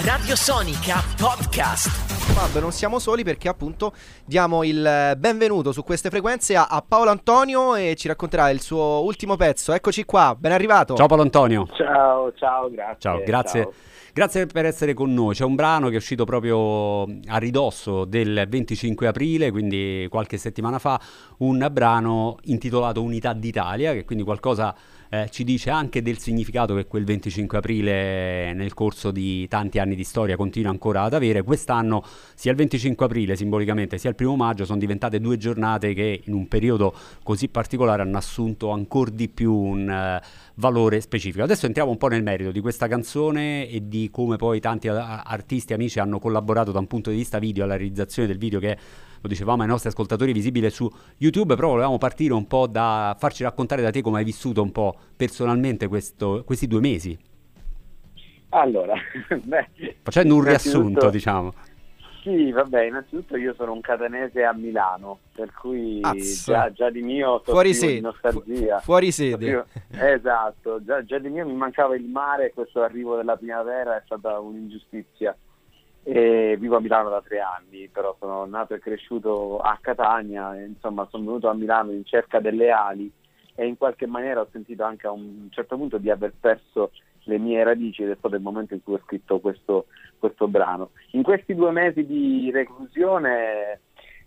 Radio Sonica Podcast. Vabbè, non siamo soli perché appunto diamo il benvenuto su queste frequenze a Paolo Antonio e ci racconterà il suo ultimo pezzo. Eccoci qua, ben arrivato. Ciao Paolo Antonio. Ciao, grazie. Ciao, grazie. Ciao. Grazie per essere con noi. C'è un brano che è uscito proprio a ridosso del 25 aprile, quindi qualche settimana fa, un brano intitolato Unità d'Italia, che quindi qualcosa ci dice anche del significato che quel 25 aprile nel corso di tanti anni di storia continua ancora ad avere. Quest'anno sia il 25 aprile simbolicamente sia il 1 maggio sono diventate due giornate che in un periodo così particolare hanno assunto ancora di più un valore specifico. Adesso entriamo un po' nel merito di questa canzone e di come poi tanti artisti e amici hanno collaborato da un punto di vista video alla realizzazione del video, che lo dicevamo ai nostri ascoltatori, visibile su YouTube. Però volevamo partire un po' da farci raccontare da te come hai vissuto un po' personalmente questi 2 mesi. Allora, facendo un riassunto, diciamo. Sì, vabbè, innanzitutto io sono un catanese a Milano, per cui già di mio fuori sede, nostalgia. Fuori sede. Esatto, già di mio mi mancava il mare e questo arrivo della primavera è stata un'ingiustizia. E vivo a Milano da 3 anni, però sono nato e cresciuto a Catania, e, insomma sono venuto a Milano in cerca delle ali e in qualche maniera ho sentito anche a un certo punto di aver perso le mie radici ed è stato il momento in cui ho scritto questo brano. In questi 2 mesi di reclusione,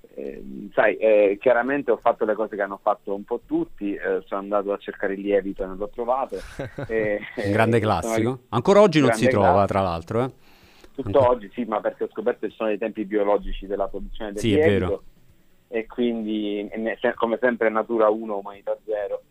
chiaramente ho fatto le cose che hanto fatto un po' tutti, sono andato a cercare il lievito e non l'ho trovato. Un grande classico, ancora oggi non si trova tra l'altro. Oggi sì, ma perché ho scoperto che ci sono dei tempi biologici della produzione del lievito, è vero. E quindi come sempre natura 1, umanità 0.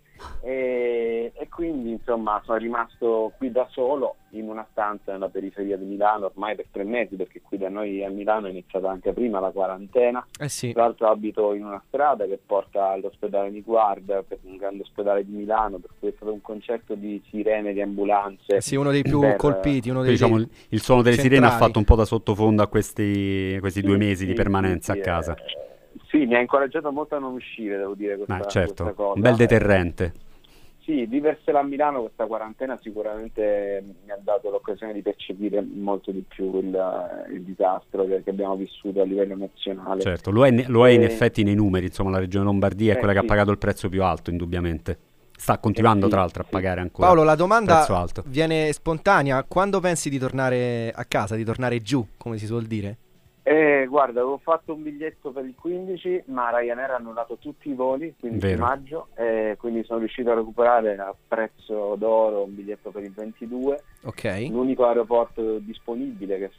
E quindi insomma sono rimasto qui da solo in una stanza nella periferia di Milano ormai per 3 mesi, perché qui da noi a Milano è iniziata anche prima la quarantena. Sì. Tra l'altro abito in una strada che porta all'ospedale Niguarda, per un grande ospedale di Milano, per cui è stato un concerto di sirene, di ambulanze. Sì, uno dei più colpiti, uno dei diciamo il suono delle centrali. sirene ha fatto un po' da sottofondo a questi 2 mesi di permanenza a casa. Sì, mi ha incoraggiato molto a non uscire, devo dire, certo, questa cosa. Un bel deterrente. Sì, viversela a Milano questa quarantena sicuramente mi ha dato l'occasione di percepire molto di più il disastro che abbiamo vissuto a livello nazionale. Certo, lo è in effetti nei numeri, insomma la regione Lombardia è quella che ha pagato il prezzo più alto, indubbiamente. Sta continuando tra l'altro a pagare ancora. Paolo, la domanda prezzo alto. Viene spontanea: quando pensi di tornare a casa, di tornare giù, come si suol dire? Guarda, avevo fatto un biglietto per il 15, ma Ryanair ha annullato tutti i voli, 15 maggio, quindi sono riuscito a recuperare a prezzo d'oro un biglietto per il 22. Ok. L'unico aeroporto disponibile che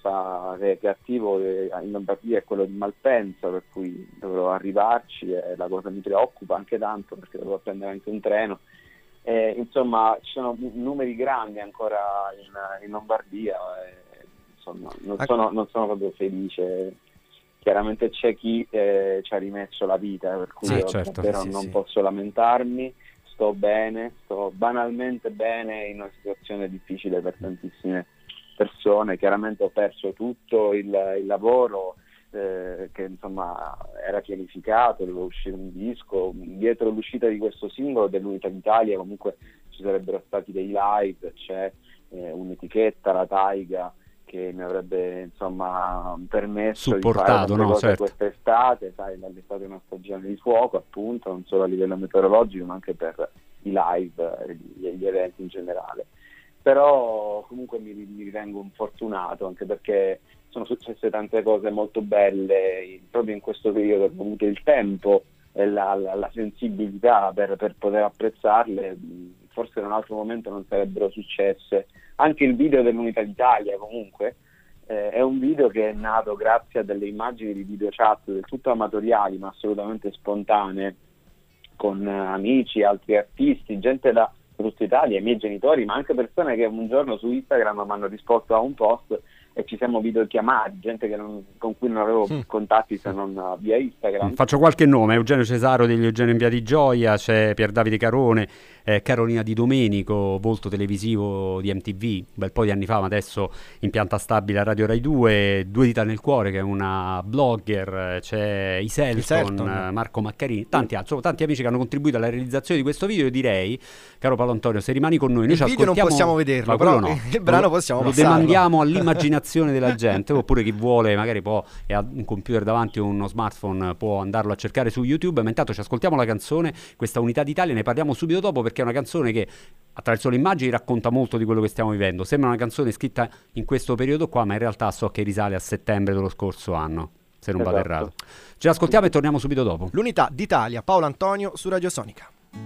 è attivo in Lombardia è quello di Malpensa, per cui dovrò arrivarci e la cosa mi preoccupa anche tanto perché dovrò prendere anche un treno. Insomma, ci sono numeri grandi ancora in Lombardia. Insomma, non sono proprio felice. Chiaramente c'è chi ci ha rimesso la vita, per cui davvero non posso lamentarmi. Sto bene, sto banalmente bene in una situazione difficile per tantissime persone. Chiaramente ho perso tutto il lavoro che insomma era pianificato, dovevo uscire un disco. Dietro l'uscita di questo singolo dell'Unità d'Italia comunque ci sarebbero stati dei live, c'è un'etichetta, la Taiga, che mi avrebbe insomma permesso supportato, di fare quest'estate, l'estate è una stagione di fuoco appunto, non solo a livello meteorologico ma anche per i live, gli eventi in generale. Però comunque mi ritengo un fortunato, anche perché sono successe tante cose molto belle proprio in questo periodo, ho avuto il tempo e la sensibilità per poter apprezzarle. Forse in un altro momento non sarebbero successe. Anche il video dell'Unità d'Italia comunque è un video che è nato grazie a delle immagini di video chat del tutto amatoriali ma assolutamente spontanee con amici, altri artisti, gente da tutta Italia, i miei genitori, ma anche persone che un giorno su Instagram mi hanno risposto a un post e ci siamo videochiamati, gente con cui non avevo contatti se non via Instagram. Faccio qualche nome: Eugenio Cesaro degli Eugenio in Via di Gioia, c'è Pier Davide Carone, Carolina Di Domenico, volto televisivo di MTV un bel po' di anni fa, ma adesso in pianta stabile a Radio Rai 2, Due dita nel cuore, che è una blogger, c'è Iselton, Marco Maccarini, tanti altri, sono tanti amici che hanno contribuito alla realizzazione di questo video. Io direi, caro Paolo Antonio, se rimani con noi, il ci video non possiamo vederlo, però no. il brano possiamo lo passarlo. demandiamo all'immaginazione della gente, oppure chi vuole magari può, e ha un computer davanti o uno smartphone, può andarlo a cercare su YouTube. Ma intanto ci ascoltiamo la canzone, questa Unità d'Italia, ne parliamo subito dopo, perché è una canzone che attraverso le immagini racconta molto di quello che stiamo vivendo. Sembra una canzone scritta in questo periodo qua, ma in realtà so che risale a settembre dello scorso anno, se non vado errato. Ce l'ascoltiamo e torniamo subito dopo. L'Unità d'Italia, Paolo Antonio su Radio Sonica.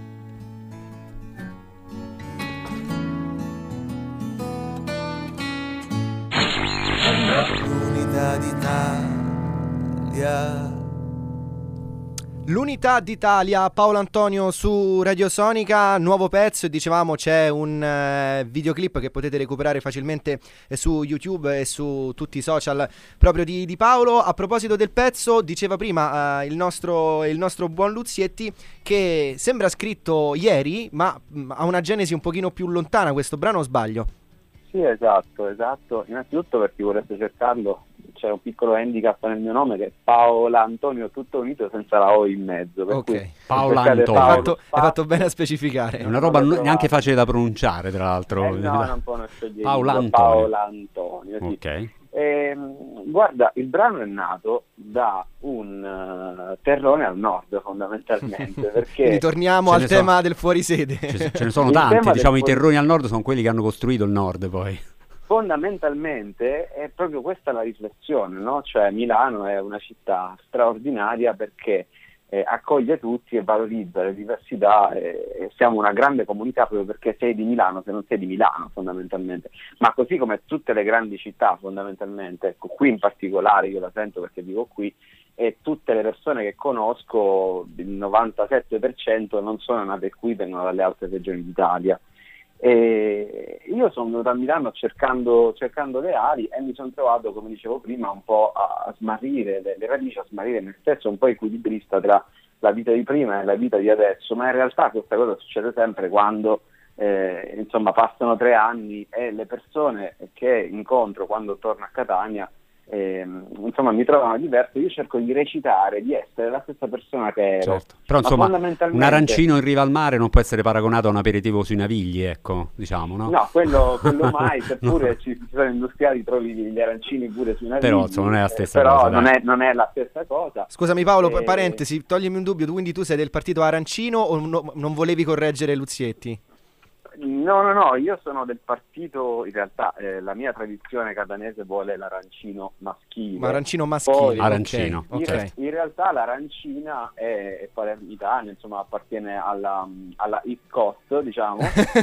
L'Unità d'Italia. L'Unità d'Italia, Paolo Antonio su Radio Sonica, nuovo pezzo, dicevamo c'è un videoclip che potete recuperare facilmente su YouTube e su tutti i social proprio di Paolo. A proposito del pezzo, diceva prima il nostro buon Luzietti che sembra scritto ieri, ma ha una genesi un pochino più lontana questo brano, o sbaglio? Sì, esatto. Innanzitutto, per chi volesse cercarlo, c'è un piccolo handicap nel mio nome, che è Paolo Antonio tutto unito senza la O in mezzo. Per cui Paolo Antonio. Hai fatto bene a specificare. È una roba neanche facile da pronunciare, tra l'altro. No, non può scegliere. Paolo Antonio. Sì. Ok. Guarda, il brano è nato da un terrone al nord, fondamentalmente, perché quindi torniamo al tema del fuorisede. Ce ne sono tanti, diciamo, i terroni al nord sono quelli che hanno costruito il nord, poi. Fondamentalmente è proprio questa la riflessione, no? Cioè Milano è una città straordinaria perché accoglie tutti e valorizza le diversità, e siamo una grande comunità proprio perché sei di Milano, se non sei di Milano fondamentalmente, ma così come tutte le grandi città fondamentalmente, ecco, qui in particolare io la sento perché vivo qui, e tutte le persone che conosco, il 97% non sono nate qui, vengono dalle altre regioni d'Italia. E io sono venuto a Milano cercando le ali e mi sono trovato, come dicevo prima, un po' a smarrire le radici, a smarrire me stesso, un po' equilibrista tra la vita di prima e la vita di adesso, ma in realtà questa cosa succede sempre quando insomma passano 3 anni e le persone che incontro quando torno a Catania insomma mi trovano diverso. Io cerco di recitare di essere la stessa persona che ero. Certo. Però insomma un arancino in riva al mare non può essere paragonato a un aperitivo sui Navigli, ecco, diciamo, no? No, quello mai, seppure ci sono industriali, trovi gli arancini pure sui Navigli, però insomma, non è la stessa però cosa, non è la stessa cosa. Scusami Paolo, parentesi, toglimi un dubbio, quindi tu sei del partito arancino o non volevi correggere Luzietti? No, io sono del partito, in realtà la mia tradizione catanese vuole l'arancino maschile. Ma arancino maschile? Poi, arancino, ok. In realtà l'arancina è palermitana, insomma appartiene alla East Coast, diciamo.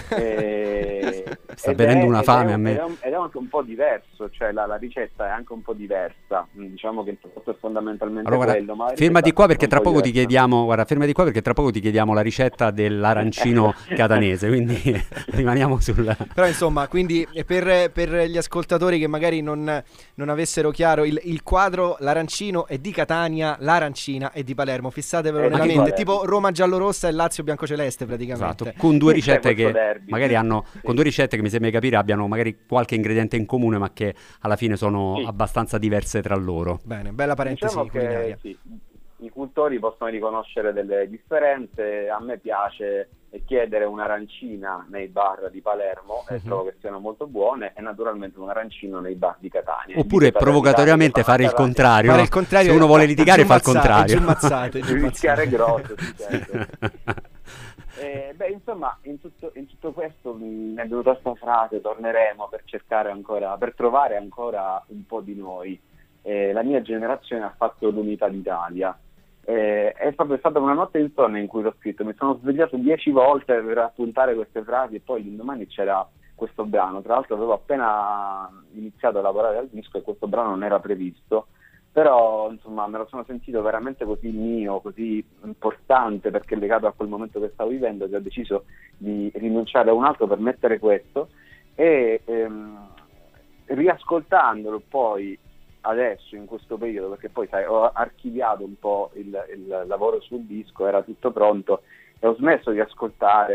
Sta venendo una fame a me. Ed è anche un po' diverso, cioè la ricetta è anche un po' diversa, diciamo che il prodotto è fondamentalmente allora, quello. Ma fermati qua perché tra poco ti chiediamo, la ricetta dell'arancino catanese, quindi rimaniamo sulla... Però insomma, quindi per gli ascoltatori che magari non avessero chiaro il quadro, l'arancino è di Catania, l'arancina è di Palermo, fissatevelo nella mente, tipo Roma giallorossa e Lazio biancoceleste praticamente. Esatto, con due ricette che derby, magari hanno, con due ricette che mi sembra di capire abbiano magari qualche ingrediente in comune, ma che alla fine sono abbastanza diverse tra loro. Bene, bella parentesi culinaria. Che, i cultori possono riconoscere delle differenze. A me piace chiedere un'arancina nei bar di Palermo e trovo che siano molto buone, e naturalmente un arancino nei bar di Catania. Oppure provocatoriamente fare il contrario. Fare il contrario, se uno vuole litigare fa il contrario. Rischiare grosso, certo. Insomma, in tutto questo mi è venuta questa frase: torneremo per trovare ancora un po' di noi. La mia generazione ha fatto l'Unità d'Italia. È proprio stata una notte insonne in cui l'ho scritto, mi sono svegliato 10 volte per appuntare queste frasi e poi l'indomani c'era questo brano. Tra l'altro avevo appena iniziato a lavorare al disco e questo brano non era previsto, però insomma me lo sono sentito veramente così mio, così importante, perché è legato a quel momento che stavo vivendo, che ho deciso di rinunciare a un altro per mettere questo, e riascoltandolo poi adesso in questo periodo, perché poi sai, ho archiviato un po' il lavoro sul disco, era tutto pronto e ho smesso di ascoltare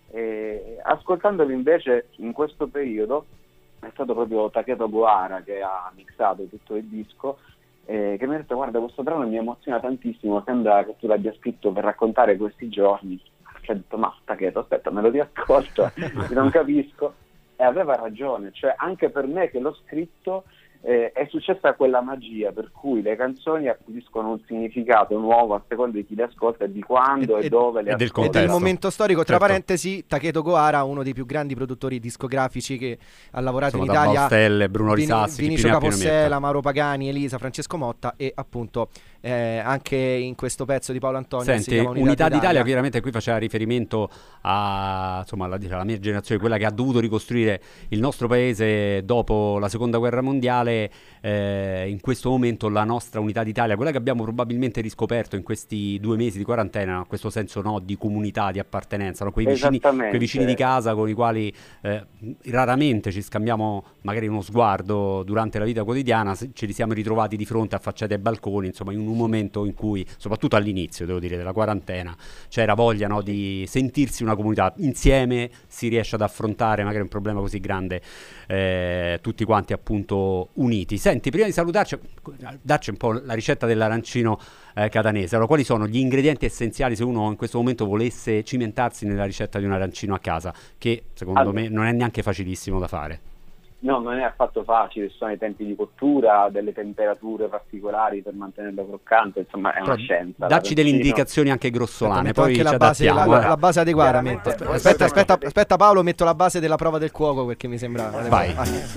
Ascoltandovi invece in questo periodo è stato proprio Taketo Gohara che ha mixato tutto il disco, che mi ha detto: guarda, questo brano mi emoziona tantissimo, sembra che tu l'abbia scritto per raccontare questi giorni. Ho detto: ma Taketo, aspetta, me lo riascolto, non capisco. E aveva ragione, cioè anche per me che l'ho scritto è successa quella magia per cui le canzoni acquisiscono un significato nuovo a seconda di chi le ascolta e di quando e dove le ascolta. E del momento storico. Tra certo. parentesi, Taketo Gohara, uno dei più grandi produttori discografici che ha lavorato in da Italia, Baustelle, Bruno Risassi, Vinicio Capossela, Mauro Pagani, Elisa, Francesco Motta, e appunto anche in questo pezzo di Paolo Antonio. Senti, si chiama Unità d'Italia, chiaramente qui faceva riferimento alla mia generazione, quella che ha dovuto ricostruire il nostro paese dopo la seconda guerra mondiale. In questo momento la nostra Unità d'Italia, quella che abbiamo probabilmente riscoperto in questi 2 mesi di quarantena, questo senso di comunità, di appartenenza, quei vicini di casa con i quali raramente ci scambiamo magari uno sguardo durante la vita quotidiana, ce li siamo ritrovati di fronte, affacciati ai balconi, insomma, in un momento in cui, soprattutto all'inizio, devo dire, della quarantena, c'era voglia di sentirsi una comunità. Insieme si riesce ad affrontare magari un problema così grande, tutti quanti appunto uniti. Senti, prima di salutarci, darci un po' la ricetta dell'arancino catanese. Allora, quali sono gli ingredienti essenziali se uno in questo momento volesse cimentarsi nella ricetta di un arancino a casa, che secondo me non è neanche facilissimo da fare? No, non è affatto facile, ci sono i tempi di cottura, delle temperature particolari per mantenerlo croccante, insomma è una scienza. Dacci delle indicazioni anche grossolane, Aspetta, poi ci adattiamo. La base adeguata metto. Aspetta Paolo, metto la base della prova del cuoco perché mi sembra... Vai.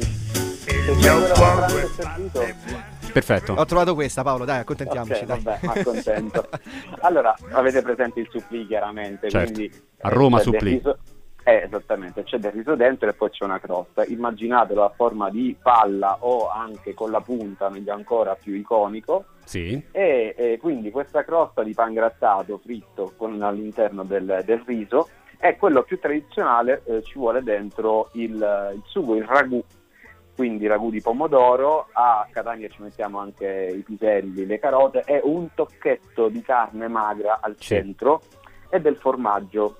Perfetto. Ho trovato questa, Paolo, dai, accontentiamoci. Okay, vabbè, accontento. Allora, avete presente il supplì, chiaramente, certo. Quindi a Roma supplì. Esattamente, c'è del riso dentro e poi c'è una crosta. Immaginatelo a forma di palla o anche con la punta, meglio ancora, più iconico. Sì. E quindi questa crosta di pangrattato fritto con all'interno del riso è quello più tradizionale. Ci vuole dentro il sugo, il ragù, quindi ragù di pomodoro. A Catania ci mettiamo anche i piselli, le carote e un tocchetto di carne magra al centro e del formaggio.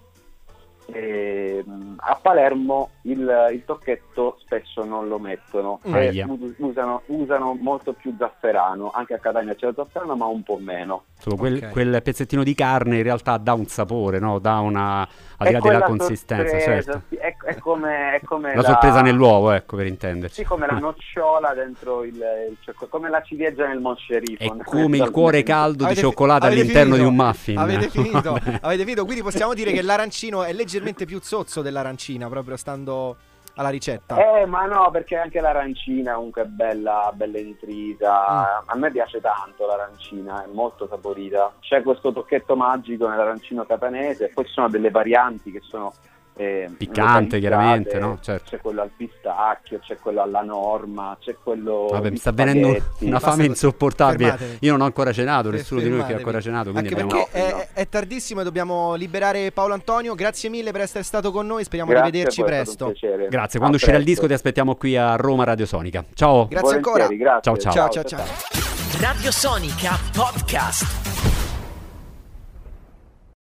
A Palermo il tocchetto spesso non lo mettono, usano molto più zafferano. Anche a Catania c'è il zafferano, ma un po' meno. Quel pezzettino di carne in realtà dà un sapore, no? Dà una, al di là della consistenza, certo. È come la sorpresa nell'uovo, ecco, per intenderci. Sì, come la nocciola dentro come la ciliegia nel monscerifo. È come il cuore caldo di cioccolata all'interno di un muffin. Avete finito? Quindi possiamo dire che l'arancino è leggermente più zozzo dell'arancina, proprio stando alla ricetta. Ma no, perché anche l'arancina comunque è bella intrisa. A me piace tanto l'arancina, è molto saporita. C'è questo tocchetto magico nell'arancino catanese, poi ci sono delle varianti che sono piccante, chiaramente, no? Certo. C'è quello al pistacchio, c'è quello alla norma, c'è quello. Vabbè, mi sta venendo una fame insopportabile. Fermatevi. Io non ho ancora cenato, nessuno di noi che ha ancora cenato. Anche perché è tardissimo e dobbiamo liberare Paolo Antonio. Grazie mille per essere stato con noi. Speriamo di vederci presto. Grazie. Quando uscirà il disco ti aspettiamo qui a Roma Radio Sonica. Ciao. Grazie ancora. Grazie. Ciao. Ciao. Radio Sonica Podcast.